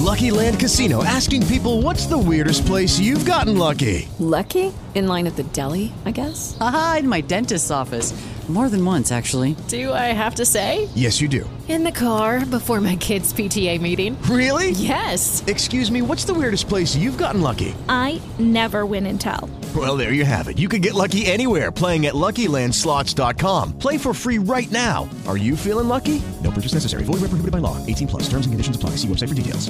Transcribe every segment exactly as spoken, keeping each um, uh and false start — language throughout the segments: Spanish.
Lucky Land Casino, asking people, what's the weirdest place you've gotten lucky? Lucky? In line at the deli, I guess? Aha, in my dentist's office. More than once, actually. Do I have to say? Yes, you do. In the car before my kids' P T A meeting. Really? Yes. Excuse me, what's the weirdest place you've gotten lucky? I never win and tell. Well, there you have it. You can get lucky anywhere, playing at Lucky Land Slots dot com. Play for free right now. Are you feeling lucky? No purchase necessary. Void where prohibited by law. eighteen plus. Terms and conditions apply. See website for details.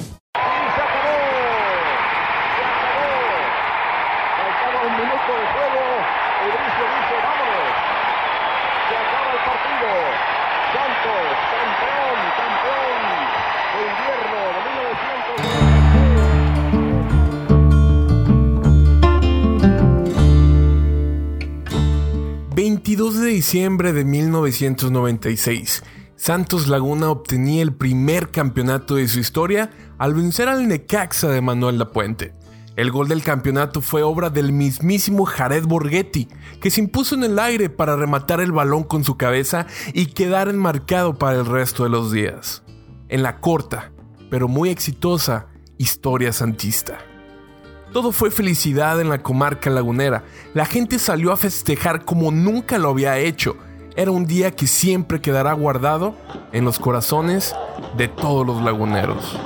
veintidós de diciembre de mil novecientos noventa y seis, Santos Laguna obtenía el primer campeonato de su historia al vencer al Necaxa de Manuel Lapuente. El gol del campeonato fue obra del mismísimo Jared Borghetti, que se impuso en el aire para rematar el balón con su cabeza y quedar enmarcado para el resto de los días. En la corta, pero muy exitosa, historia santista. Todo fue felicidad en la comarca lagunera. La gente salió a festejar como nunca lo había hecho. Era un día que siempre quedará guardado en los corazones de todos los laguneros.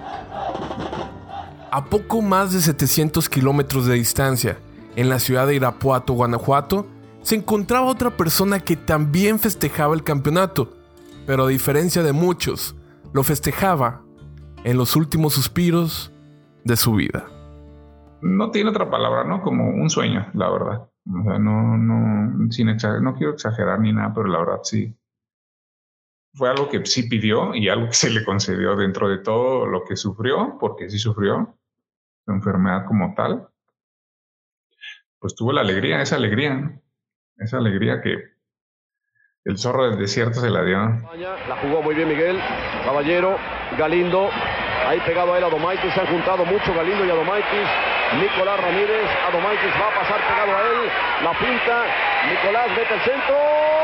A poco más de setecientos kilómetros de distancia, en la ciudad de Irapuato, Guanajuato, se encontraba otra persona que también festejaba el campeonato, pero a diferencia de muchos, lo festejaba en los últimos suspiros de su vida. No tiene otra palabra, ¿no? Como un sueño, la verdad. O sea, no, no, sin exagerar, no quiero exagerar ni nada, pero la verdad sí. Fue algo que sí pidió y algo que se le concedió dentro de todo lo que sufrió, porque sí sufrió la enfermedad como tal. Pues tuvo la alegría, esa alegría, ¿no? Esa alegría que el zorro del desierto se la dio. La jugó muy bien Miguel, Caballero, Galindo, ahí pegado a él Adomaitis, se han juntado mucho Galindo y Adomaitis. Nicolás Ramírez, Adomaitis va a pasar pegado a él, la pinta, Nicolás mete el centro.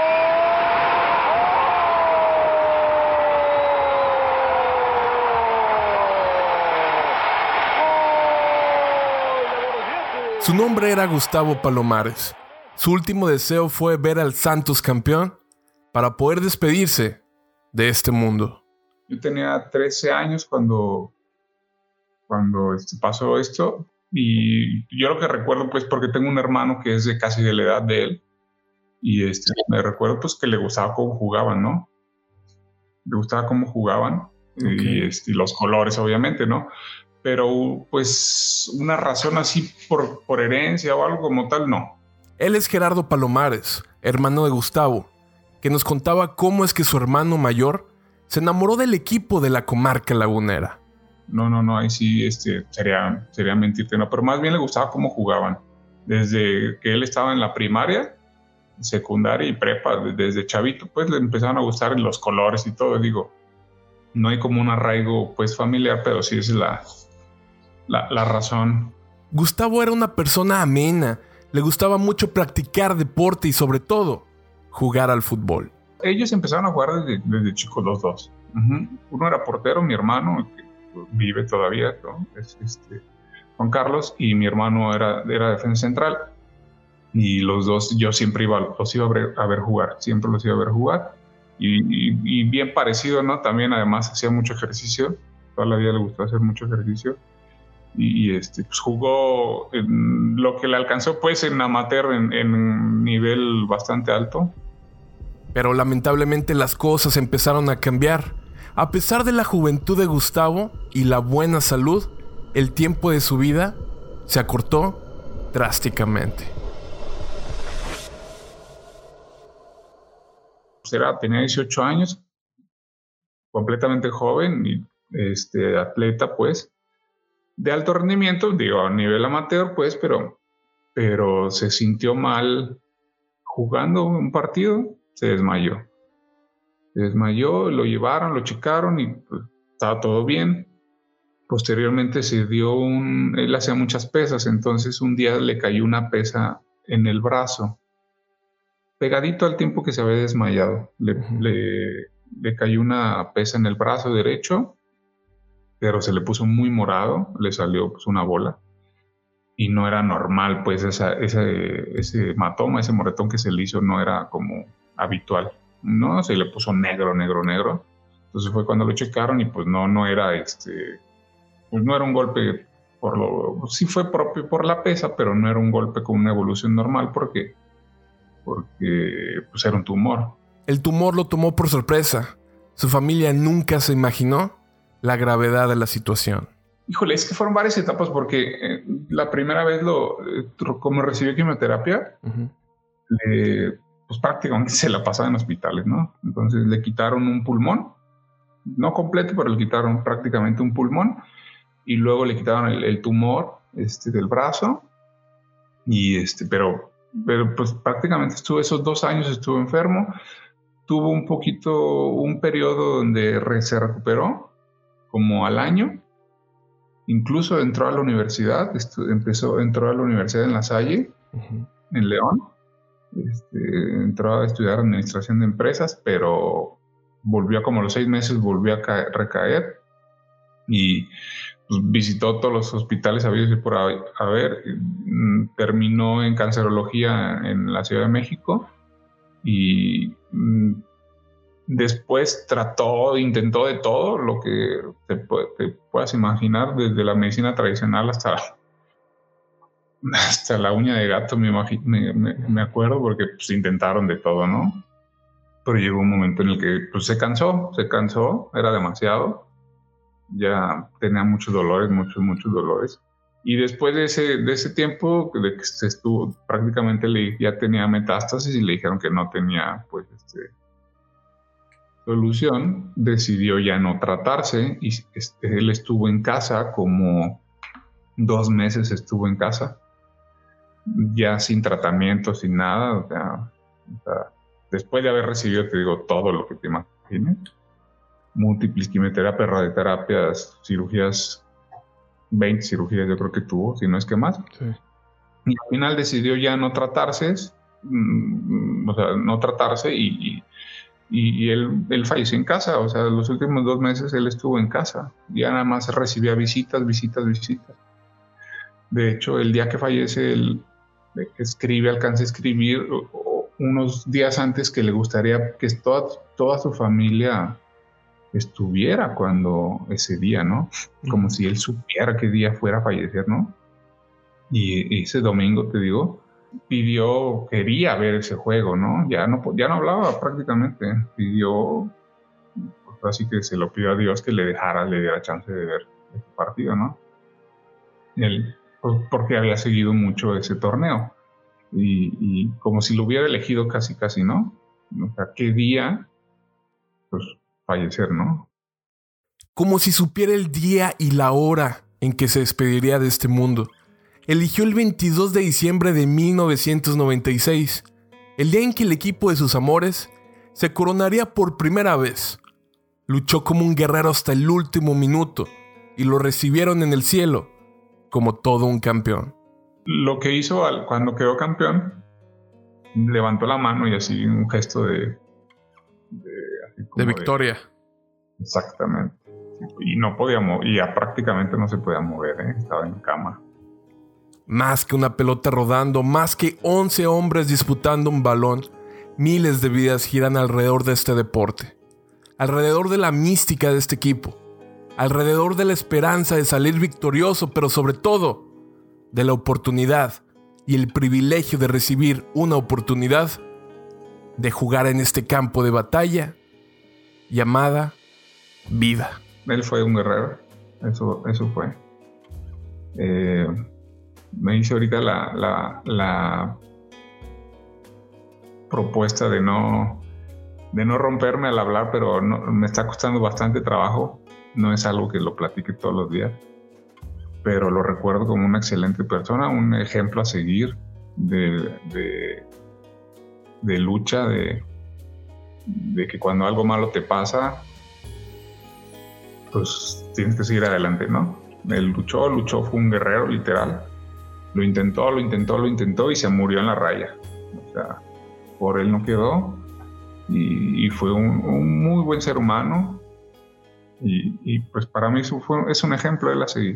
Su nombre era Gustavo Palomares. Su último deseo fue ver al Santos campeón para poder despedirse de este mundo. Yo tenía trece años cuando, cuando pasó esto. Y yo lo que recuerdo, pues, porque tengo un hermano que es de casi de la edad de él, y este, me recuerdo, pues, que le gustaba cómo jugaban, ¿no? Le gustaba cómo jugaban, okay. y, este, y los colores, obviamente, ¿no? Pero, pues, una razón así por, por herencia o algo como tal, no. Él es Gerardo Palomares, hermano de Gustavo, que nos contaba cómo es que su hermano mayor se enamoró del equipo de la comarca lagunera. No, no, no, ahí sí este, sería, sería mentirte, no, pero más bien le gustaba cómo jugaban. Desde que él estaba en la primaria, secundaria y prepa, desde chavito, pues le empezaron a gustar los colores y todo. Digo, no hay como un arraigo pues familiar, pero sí es la, la, la razón. Gustavo era una persona amena, le gustaba mucho practicar deporte y sobre todo, jugar al fútbol. Ellos empezaron a jugar desde, desde chicos los dos. Uh-huh. Uno era portero, mi hermano, que vive todavía, ¿no? Es este, Juan Carlos, y mi hermano era, era defensa central, y los dos yo siempre iba, los iba a ver, a ver jugar, siempre los iba a ver jugar, y, y, y bien parecido, ¿no? También además hacía mucho ejercicio, toda la vida le gustaba hacer mucho ejercicio, y, y este, pues jugó en lo que le alcanzó pues en amateur en, en un nivel bastante alto. Pero lamentablemente las cosas empezaron a cambiar. A pesar de la juventud de Gustavo y la buena salud, el tiempo de su vida se acortó drásticamente. Era, tenía dieciocho años, completamente joven y este, atleta, pues, de alto rendimiento, digo, a nivel amateur, pues, pero, pero se sintió mal jugando un partido, se desmayó. Se desmayó, lo llevaron, lo checaron y pues, estaba todo bien. Posteriormente se dio un... Él hacía muchas pesas, entonces un día le cayó una pesa en el brazo, pegadito al tiempo que se había desmayado. Le, uh-huh. le, le cayó una pesa en el brazo derecho pero se le puso muy morado, le salió pues una bola y no era normal, pues esa, ese, ese hematoma, ese moretón que se le hizo no era como habitual, no, se le puso negro, negro, negro. Entonces fue cuando lo checaron y pues no, no era este, pues no era un golpe por lo, sí fue propio por la pesa, pero no era un golpe con una evolución normal porque, porque pues era un tumor. El tumor lo tomó por sorpresa. Su familia nunca se imaginó la gravedad de la situación. Híjole, es que fueron varias etapas porque eh, la primera vez lo, eh, como recibió quimioterapia, uh-huh. le, pues prácticamente se la pasaba en hospitales, ¿no? Entonces le quitaron un pulmón, no completo, pero le quitaron prácticamente un pulmón y luego le quitaron el, el tumor este, del brazo y este, pero, pero pues prácticamente estuvo esos dos años estuvo enfermo. Tuvo un poquito, un periodo donde re, se recuperó, como al año. Incluso entró a la universidad, estu, empezó, entró a la universidad en La Salle, uh-huh. en León. Este, entró a estudiar administración de empresas, pero volvió como a los seis meses, volvió a caer, recaer. Y pues, visitó todos los hospitales habidos y por haber. Terminó en cancerología en la Ciudad de México. Y mm, después trató, intentó de todo lo que te, te puedas imaginar, desde la medicina tradicional hasta, hasta la uña de gato, me, imagino, me, me, me acuerdo, porque pues, intentaron de todo, ¿no? Pero llegó un momento en el que pues, se cansó, se cansó, era demasiado, ya tenía muchos dolores, muchos, muchos dolores. Y después de ese, de ese tiempo, de que se estuvo, prácticamente le, ya tenía metástasis y le dijeron que no tenía pues, este, solución, decidió ya no tratarse y este, él estuvo en casa como dos meses estuvo en casa, ya sin tratamiento, sin nada. O sea, o sea, después de haber recibido, te digo, todo lo que te imagines, múltiples quimioterapias, radioterapias, cirugías, veinte cirugías yo creo que tuvo, si no es que más. Sí. Y al final decidió ya no tratarse, mm, o sea, no tratarse y, y, y él, él falleció en casa. O sea, los últimos dos meses él estuvo en casa. Ya nada más recibía visitas, visitas, visitas. De hecho, el día que fallece, él escribe, alcanza a escribir unos días antes que le gustaría que toda, toda su familia estuviera cuando ese día, ¿no? Como uh-huh. si él supiera qué día fuera a fallecer, ¿no? Y ese domingo, te digo, pidió, quería ver ese juego, ¿no? Ya no, ya no hablaba prácticamente, pidió, pues así que se lo pidió a Dios que le dejara, le diera chance de ver ese partido, ¿no? Él, pues porque había seguido mucho ese torneo y, y como si lo hubiera elegido casi, casi, ¿no? O sea, qué día, pues fallecer, ¿no? Como si supiera el día y la hora en que se despediría de este mundo. Eligió el veintidós de diciembre de mil novecientos noventa y seis, el día en que el equipo de sus amores se coronaría por primera vez. Luchó como un guerrero hasta el último minuto y lo recibieron en el cielo como todo un campeón. Lo que hizo al, cuando quedó campeón, levantó la mano y así un gesto de... de De victoria. De, exactamente. Y no podía mover, y ya prácticamente no se podía mover, ¿eh? Estaba en cama. Más que una pelota rodando, más que once hombres disputando un balón, miles de vidas giran alrededor de este deporte. Alrededor de la mística de este equipo. Alrededor de la esperanza de salir victorioso, pero sobre todo, de la oportunidad y el privilegio de recibir una oportunidad de jugar en este campo de batalla llamada vida. Él fue un guerrero, eso, eso fue. Eh, me hice ahorita la, la, la propuesta de no, de no romperme al hablar, pero no, me está costando bastante trabajo. No es algo que lo platique todos los días, pero lo recuerdo como una excelente persona, un ejemplo a seguir de, de, de lucha, de, de que cuando algo malo te pasa, pues tienes que seguir adelante, ¿no? Él luchó, luchó, fue un guerrero, literal. Lo intentó, lo intentó, lo intentó y se murió en la raya. O sea, por él no quedó. Y, y fue un, un muy buen ser humano. Y, y pues para mí eso fue, es un ejemplo de él a seguir.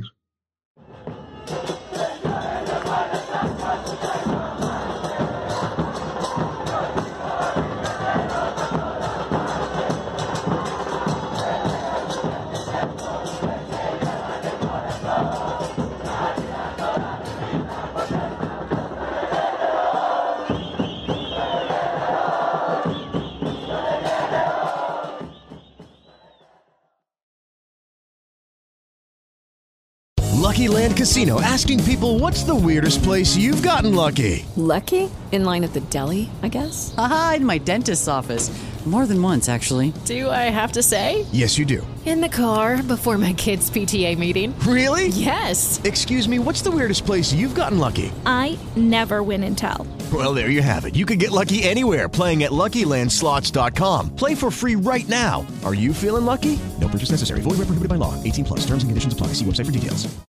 Lucky Land Casino, asking people, what's the weirdest place you've gotten lucky? Lucky? In line at the deli, I guess? Aha, in my dentist's office. More than once, actually. Do I have to say? Yes, you do. In the car before my kids' P T A meeting. Really? Yes. Excuse me, what's the weirdest place you've gotten lucky? I never win and tell. Well, there you have it. You can get lucky anywhere, playing at Lucky Land Slots dot com. Play for free right now. Are you feeling lucky? No purchase necessary. Void where prohibited by law. eighteen plus. Terms and conditions apply. See website for details.